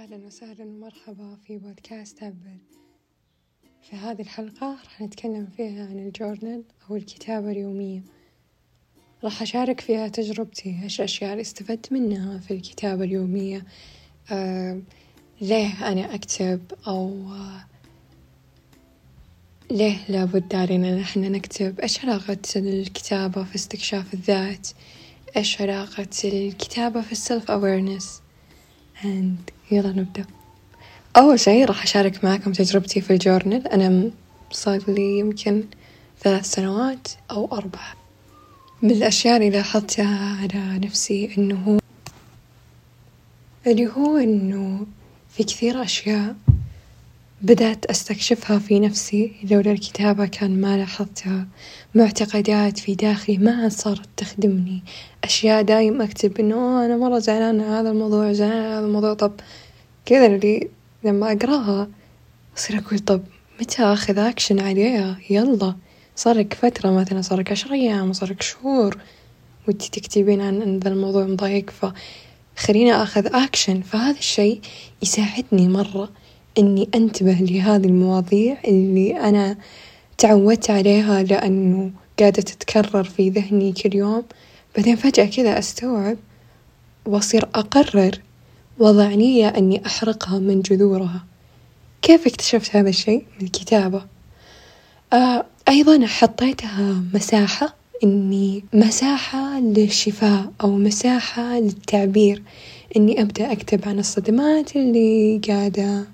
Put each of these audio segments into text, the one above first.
أهلا وسهلا ومرحبا في بودكاست عبر. في هذه الحلقة راح نتكلم فيها عن الجورنال أو الكتابة اليومية. راح أشارك فيها تجربتي، إيش الأشياء اللي استفدت منها في الكتابة اليومية، ليه أنا أكتب، أو ليه لابد علينا نحن نكتب، إيش علاقة الكتابة في استكشاف الذات، إيش علاقة الكتابة في السيلف أويرنس. يلا نبدأ. أول شيء راح أشارك معكم تجربتي في الجورنال. أنا صار لي يمكن 3 سنوات أو 4. من الأشياء اللي لاحظتها على نفسي إنه في كثير أشياء بدأت أستكشفها في نفسي لولا الكتابة كان ما لاحظتها. معتقدات في داخلي ما عاد صارت تخدمني، أشياء دايم أكتب إنه أنا مرة زعلان على هذا الموضوع، زعلان على هذا الموضوع. طب كذا اللي لما أقراها أصير أقول طب متى أخذ أكشن عليها؟ يلا صارك فترة، مثلا صارك 10 أيام، صارك شهور وانتي تكتبين عن ذا الموضوع مضايق، فخليني أخذ أكشن. فهذا الشيء يساعدني مرة إني أنتبه لهذه المواضيع اللي أنا تعودت عليها لأنه قاعدة تتكرر في ذهني كل يوم. بعدين فجأة كذا أستوعب وأصير أقرر وضع نية أني أحرقها من جذورها. كيف اكتشفت هذا الشيء؟ من الكتابة. أيضا حطيتها مساحة للشفاء أو مساحة للتعبير، إني أبدأ أكتب عن الصدمات اللي قاعدة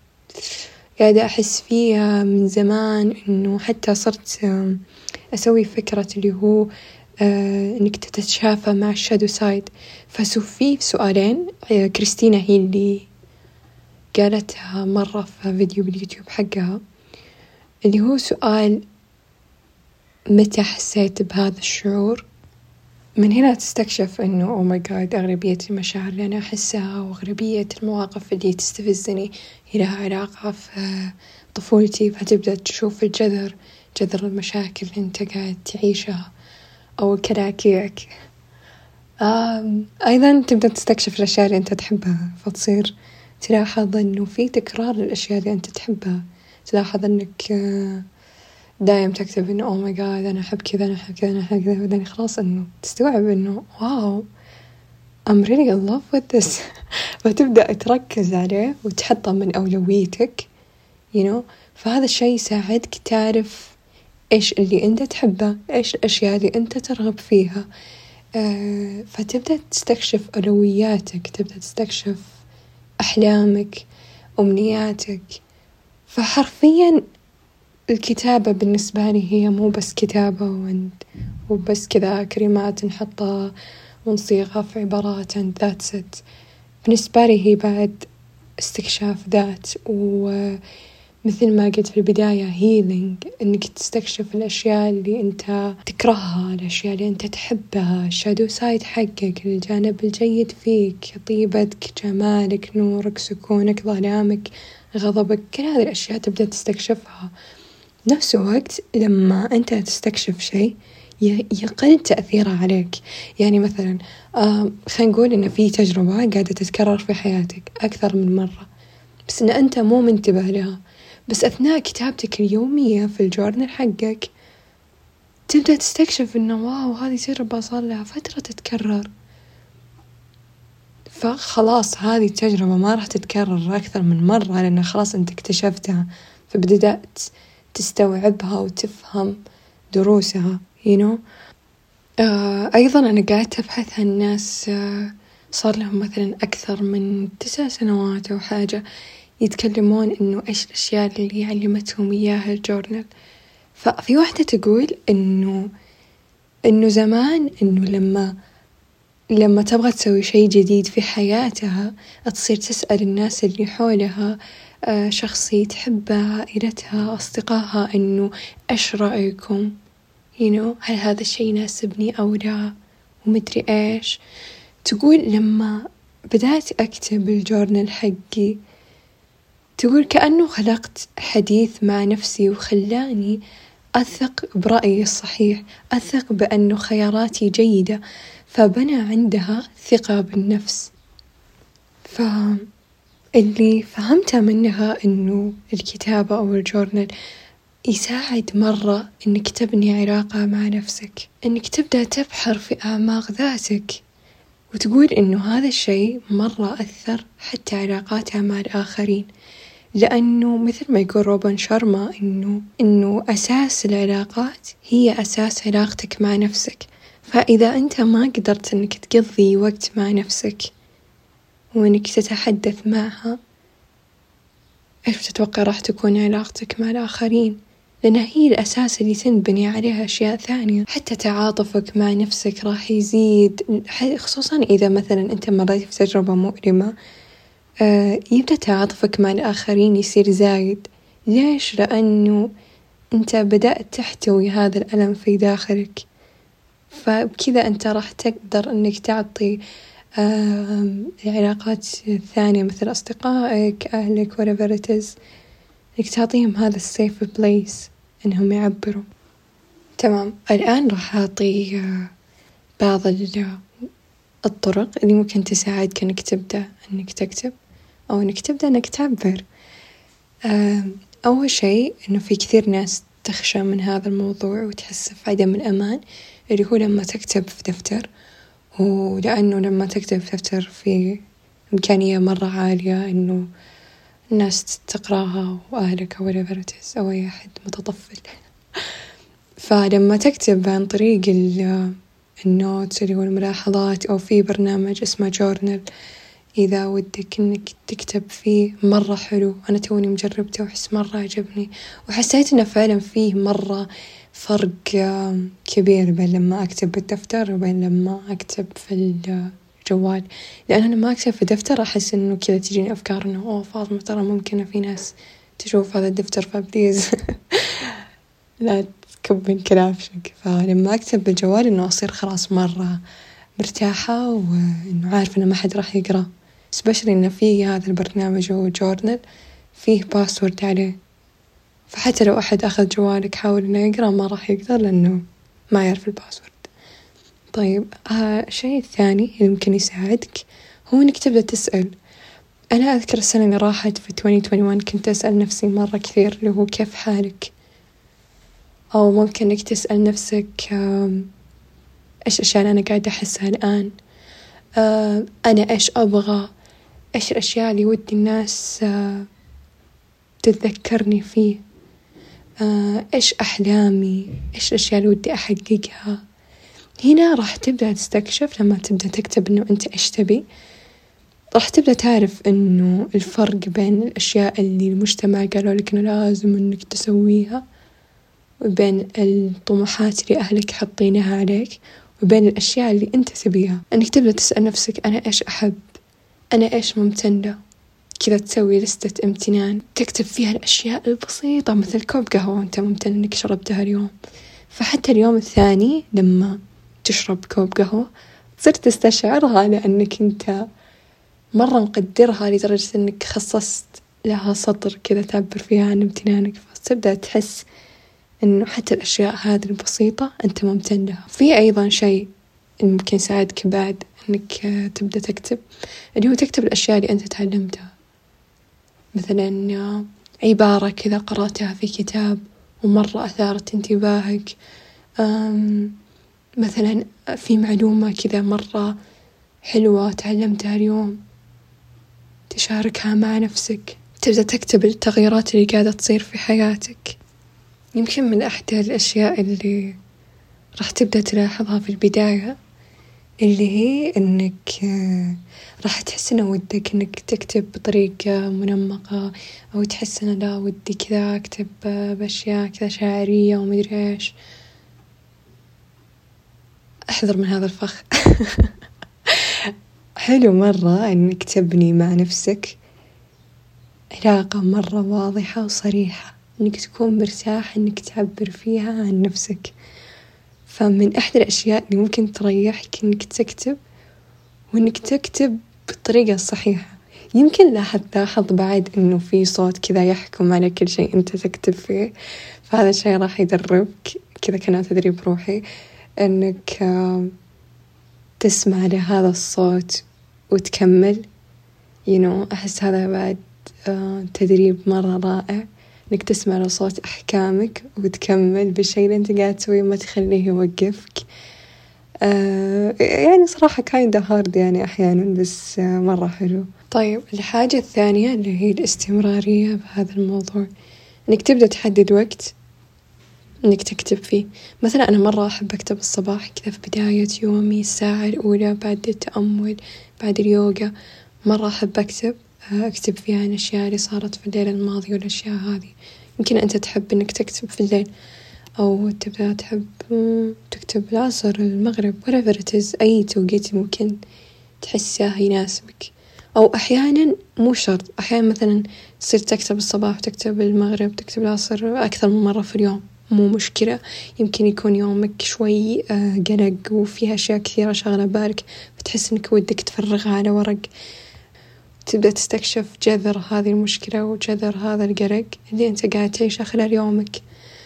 أحس فيها من زمان. إنه حتى صرت أسوي فكرة اللي هو إنك تتشافى مع الشادو سايد. ففي سؤالين كريستينا هي اللي قالتها مرة في فيديو باليوتيوب حقها، اللي هو سؤال متى حسيت بهذا الشعور. من هنا تستكشف إنه أو ماي جاد أغلبية المشاعر اللي أنا أحسها وأغلبية المواقف اللي تستفزني هي لها علاقة في طفولتي. فتبدأ تشوف جذر المشاكل اللي أنت قاعد تعيشها أو كراكيعك. أيضا تبدأ تستكشف الأشياء اللي أنت تحبها، فتصير تلاحظ إنه في تكرار للأشياء اللي أنت تحبها. تلاحظ إنك دايم تكتب إنه أوه ماي جاد أنا أحب كذا، أنا أحب كذا، أنا أحب كذا. بعدين خلاص إنه تستوعب إنه واو I'm really in love with this. فتبدأ تركز عليه وتحطه من أولويتك فهذا الشيء يساعدك تعرف إيش اللي أنت تحبه، إيش الأشياء اللي أنت ترغب فيها. فتبدأ تستكشف أولوياتك، تبدأ تستكشف أحلامك، أمنياتك. فحرفيا الكتابة بالنسبة لي هي مو بس كتابة وبس كذا كلمات نحطها ونصيغها في عبارات that's it. بالنسبة لي هي بعد استكشاف ذات، ومثل ما قلت في البداية healing، إنك تستكشف الأشياء اللي أنت تكرهها، الأشياء اللي أنت تحبها، الشادو سايد حقك، الجانب الجيد فيك، طيبتك، جمالك، نورك، سكونك، ظلامك، غضبك. كل هذه الأشياء تبدأ تستكشفها. نفس الوقت لما أنت تستكشف شيء يقل تأثيره عليك. يعني مثلا خلينا نقول إن في تجربة قاعدة تتكرر في حياتك أكثر من مرة، بس إن أنت مو منتبه لها، بس أثناء كتابتك اليومية في الجورنال حقك تبدأ تستكشف إنه واو هذه تجربة صار لها فترة تتكرر. فخلاص هذه التجربة ما راح تتكرر أكثر من مرة لأن خلاص أنت اكتشفتها، فبدأت تستوعبها وتفهم دروسها. أيضا أنا قاعدة أبحث عن ناس صار لهم مثلا أكثر من 9 سنوات أو حاجة يتكلمون إنه إيش الأشياء اللي علمتهم إياها الجورنال. ففي واحدة تقول إنه زمان إنه لما تبغى تسوي شيء جديد في حياتها تصير تسأل الناس اللي حولها، شخصي تحبه، عائلتها، أصدقائها، إنه إيش رأيكم؟ هل هذا الشيء يناسبني أو لا؟ ومدري إيش. تقول لما بدأت أكتب الجورنال حقي تقول كأنه خلقت حديث مع نفسي وخلاني أثق برأيي الصحيح، أثق بأنه خياراتي جيدة، فبنى عندها ثقة بالنفس. اللي فهمته منها إنه الكتابة أو الجورنال يساعد مرة إنك تبني علاقة مع نفسك، إنك تبدأ تبحر في أعماق ذاتك وتقول إنه هذا الشيء مرة أثر حتى علاقاتها مع الآخرين، لأنه مثل ما يقول روبن شارما إنه أساس العلاقات هي أساس علاقتك مع نفسك. فإذا أنت ما قدرت إنك تقضي وقت مع نفسك وإنك تتحدث معها، إيش بتتوقع راح تكون علاقتك مع الآخرين؟ لأنها هي الأساس اللي تنبني عليها أشياء ثانية. حتى تعاطفك مع نفسك راح يزيد، خصوصا إذا مثلا أنت مريت في تجربة مؤلمة، يبدأ تعاطفك مع الآخرين يصير زايد. ليش؟ لأنه أنت بدأت تحتوي هذا الألم في داخلك، فبكذا أنت راح تقدر أنك تعطي العلاقات الثانية مثل أصدقائك، أهلك، whatever it is، إنك تعطيهم هذا السيف بليس إنهم يعبروا. تمام، الآن راح أعطي بعض الطرق اللي ممكن تساعدك إنك تبدأ إنك تكتب أو إنك تبدأ إنك تعبر. أول شيء إنه في كثير ناس تخشى من هذا الموضوع وتحس في عدم الأمان اللي هو لما تكتب في دفتر، ولأنه لما تكتب في دفتر في إمكانية مرة عالية إنه الناس تقراها وأهلك أو whatever it is أو أي أحد متطفل. فلما تكتب عن طريق النوتس اللي هو الملاحظات أو في برنامج اسمه جورنال، إذا ودك إنك تكتب فيه مرة حلو. أنا توني مجربته وحس مرة عجبني، وحسيت إنه فعلا فيه مرة فرق كبير بين لما أكتب بالدفتر وبين لما أكتب في الجوال. لأن أنا لما أكتب في دفتر أحس إنه كذا تجيني أفكار إنه أوه فاطمة ترى ممكن في ناس تشوف هذا الدفتر فبليز لا تكب من كلامك. فلما أكتب بالجوال إنه أصير خلاص مرة مرتاحة وإنه عارف إنه ما حد راح يقرأ، especially إنه فيه هذا البرنامج أو جورنال فيه باسورد عليه، فحتى لو أحد أخذ جوالك حاول إنه يقرأ ما راح يقدر لأنه ما يعرف الباسورد. طيب الشيء الثاني اللي ممكن يساعدك هو إنك تبدأ تسأل. أنا أذكر السنة اللي راحت في 2021 كنت أسأل نفسي مرة كثير اللي هو كيف حالك، أو ممكن إنك تسأل نفسك إيش الأشياء اللي أنا قاعدة أحسها الآن، أنا إيش أبغى، إيش الأشياء اللي ودي الناس تتذكرني فيه، إيش أحلامي، إيش الأشياء اللي ودي أحققها. هنا راح تبدأ تستكشف لما تبدأ تكتب إنه أنت إيش تبي، راح تبدأ تعرف إنه الفرق بين الأشياء اللي المجتمع قالوا لك إنه لازم إنك تسويها، وبين الطموحات اللي أهلك حاطينها عليك، وبين الأشياء اللي أنت تبيها. إنك تبدأ تسأل نفسك أنا إيش أحب، أنا إيش ممتن له، كذا تسوي لستة امتنان تكتب فيها الأشياء البسيطة مثل كوب قهوة أنت ممتن إنك شربتها اليوم. فحتى اليوم الثاني لما تشرب كوب قهوة تصير تستشعرها لأنك أنت مرة مقدرها لدرجة أنك خصصت لها سطر كذا تعبر فيها عن امتنانك، فتبدأ تحس أنه حتى الأشياء هذه البسيطة أنت ممتن لها. في أيضا شيء ممكن يساعدك بعد أنك تبدأ تكتب، اللي هو تكتب الأشياء اللي أنت تعلمتها، مثلا عبارة كذا قرأتها في كتاب ومرة أثارت انتباهك، مثلا في معلومة كذا مرة حلوة تعلمتها اليوم تشاركها مع نفسك. تبدأ تكتب التغييرات اللي قاعدة تصير في حياتك. يمكن من أحدى الأشياء اللي راح تبدأ تلاحظها في البداية اللي هي إنك راح تحس إنه ودك إنك تكتب بطريقة منمقة، أو تحس إنه لا ودي كذا أكتب بأشياء كذا شعرية ومدري إيش. أحذر من هذا الفخ. حلو مرة إنك تبني مع نفسك علاقة مرة واضحة وصريحة، إنك تكون مرتاح إنك تعبر فيها عن نفسك. فمن أحد الأشياء اللي ممكن تريحك إنك تكتب، وإنك تكتب بالطريقة الصحيحة. يمكن لاحظ بعد إنه في صوت كذا يحكم على كل شيء أنت تكتب فيه، فهذا الشيء راح يدربك كذا كأنه تدريب روحي إنك تسمع لهذا الصوت وتكمل. أحس هذا بعد تدريب مرة رائع، إنك تسمع لصوت أحكامك وتكمل بالشي اللي أنت قاعد تسويه، ما تخليه يوقفك. يعني صراحة kinda hard يعني أحيانا، بس مرة حلو. طيب الحاجة الثانية اللي هي الاستمرارية بهذا الموضوع، إنك تبدأ تحدد وقت إنك تكتب فيه. مثلا أنا مرة أحب أكتب الصباح كذا في بداية يومي، الساعة الأولى بعد التأمل بعد اليوغا، مرة أحب أكتب فيها عن الأشياء اللي صارت في الليلة الماضية والأشياء هذه. يمكن أنت تحب إنك تكتب في الليل، أو تبدأ تحب تكتب العصر المغرب whatever it is، أي توقيت ممكن تحسه يناسبك. أو أحيانا مو شرط، أحيانا مثلا تصير تكتب الصباح وتكتب المغرب تكتب العصر أكثر من مرة في اليوم، مو مشكلة. يمكن يكون يومك شوي قلق وفيها أشياء كثيرة شغلة بالك، فتحس إنك ودك تفرغها على ورق، تبدأ تستكشف جذر هذه المشكلة وجذر هذا القلق اللي أنت قاعد تعيشه خلال يومك.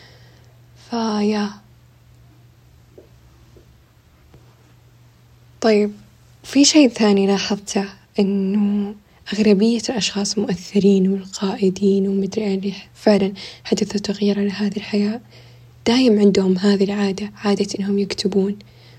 طيب في شيء ثاني لاحظته، إنه أغلبية الأشخاص المؤثرين والقائدين ومدري اللي فعلا حدثوا تغيير على هذه الحياة، دايم عندهم هذه العادة، عادة إنهم يكتبون.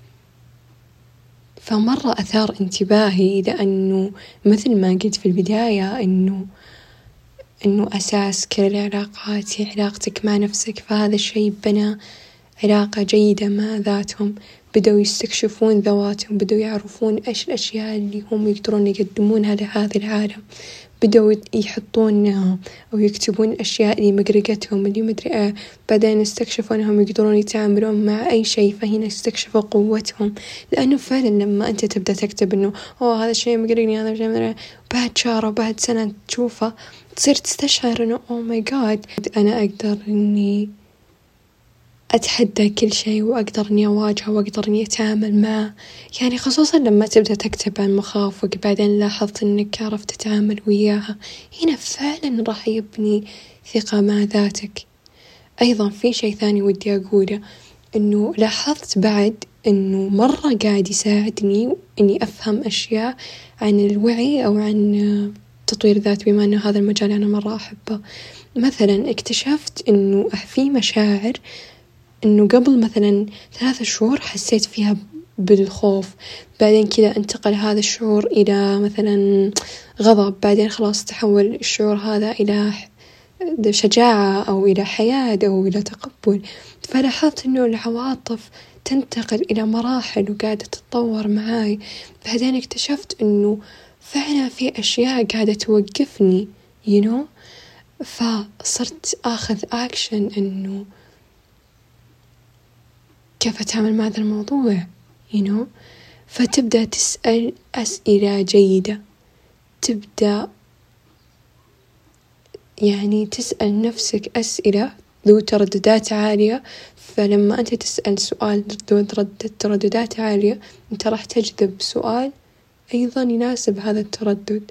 فمرة أثار انتباهي لأنه مثل ما قلت في البداية، إنه أساس كل العلاقات هي علاقتك مع نفسك، فهذا الشيء بنى علاقة جيدة مع ذاتهم، بدأوا يستكشفون ذواتهم، بدأوا يعرفون إيش الأشياء اللي هم يقدرون يقدمونها لهذا العالم، بدأوا يحطون أو يكتبون الأشياء اللي مقرقتهم اللي مدري بعدين استكشفوا أنهم يقدرون يتعاملون مع أي شيء، فهنا استكشفوا قوتهم. لأنه فعلا لما أنت تبدأ تكتب إنه هذا الشيء مقرقني، هذا الشيء بعد شهر وبعد سنة تشوفه، تصير تستشعر إنه أوه ماي جاد، أنا أقدر إني أتحدى كل شيء، وأقدر إني أواجهه، وأقدر إني أتعامل معه. يعني خصوصا لما تبدأ تكتب عن مخاوفك، بعدين لاحظت إنك عرفت تتعامل وياها، هنا فعلا راح يبني ثقة مع ذاتك. أيضا في شيء ثاني ودي أقوله، إنه لاحظت بعد إنه مرة قاعد يساعدني إني أفهم أشياء عن الوعي أو عن تطوير ذات، بما إنه هذا المجال أنا مرة أحبه. مثلا اكتشفت إنه في مشاعر إنه قبل مثلا 3 شهور حسيت فيها بالخوف، بعدين كذا انتقل هذا الشعور إلى مثلا غضب، بعدين خلاص تحول الشعور هذا إلى شجاعة أو إلى حياة أو إلى تقبل. فلاحظت إنه العواطف تنتقل إلى مراحل وقاعدة تتطور معاي. بعدين اكتشفت إنه فعلا في أشياء قاعدة توقفني فصرت أخذ أكشن إنه كيف أتعامل مع هذا الموضوع فتبدأ تسأل أسئلة جيدة، تبدأ يعني تسأل نفسك أسئلة ذو ترددات عالية. فلما أنت تسأل سؤال ذو ترددات عالية، أنت راح تجذب سؤال أيضا يناسب هذا التردد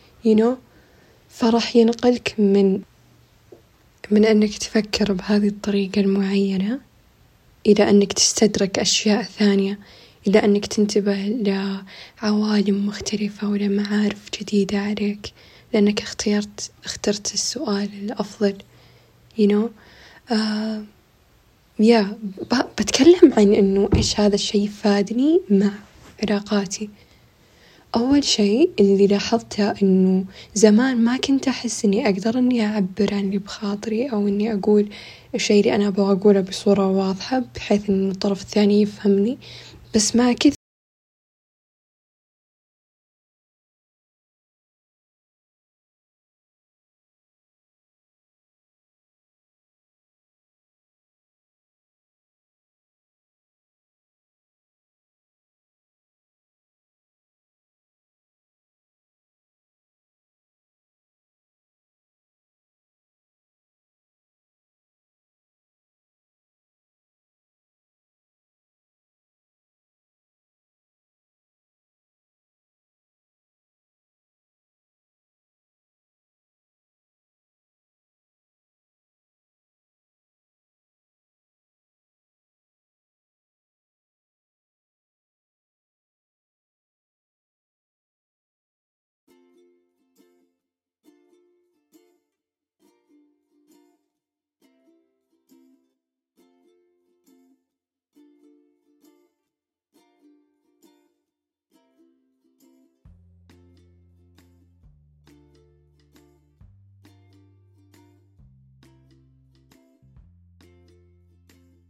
فراح ينقلك من أنك تفكر بهذه الطريقة المعينة إلى أنك تستدرك أشياء ثانية، إلى أنك تنتبه لعوالم مختلفة ولا معارف جديدة عليك، لأنك اخترت السؤال الأفضل. بتكلم عن إنه إيش هذا الشيء فادني مع علاقاتي. أول شيء اللي لاحظته إنه زمان ما كنت أحس إني أقدر إني أعبر عن اللي بخاطري، أو إني أقول الشيء اللي أنا أبغى أقوله بصورة واضحة بحيث إن الطرف الثاني يفهمني. بس مع كذا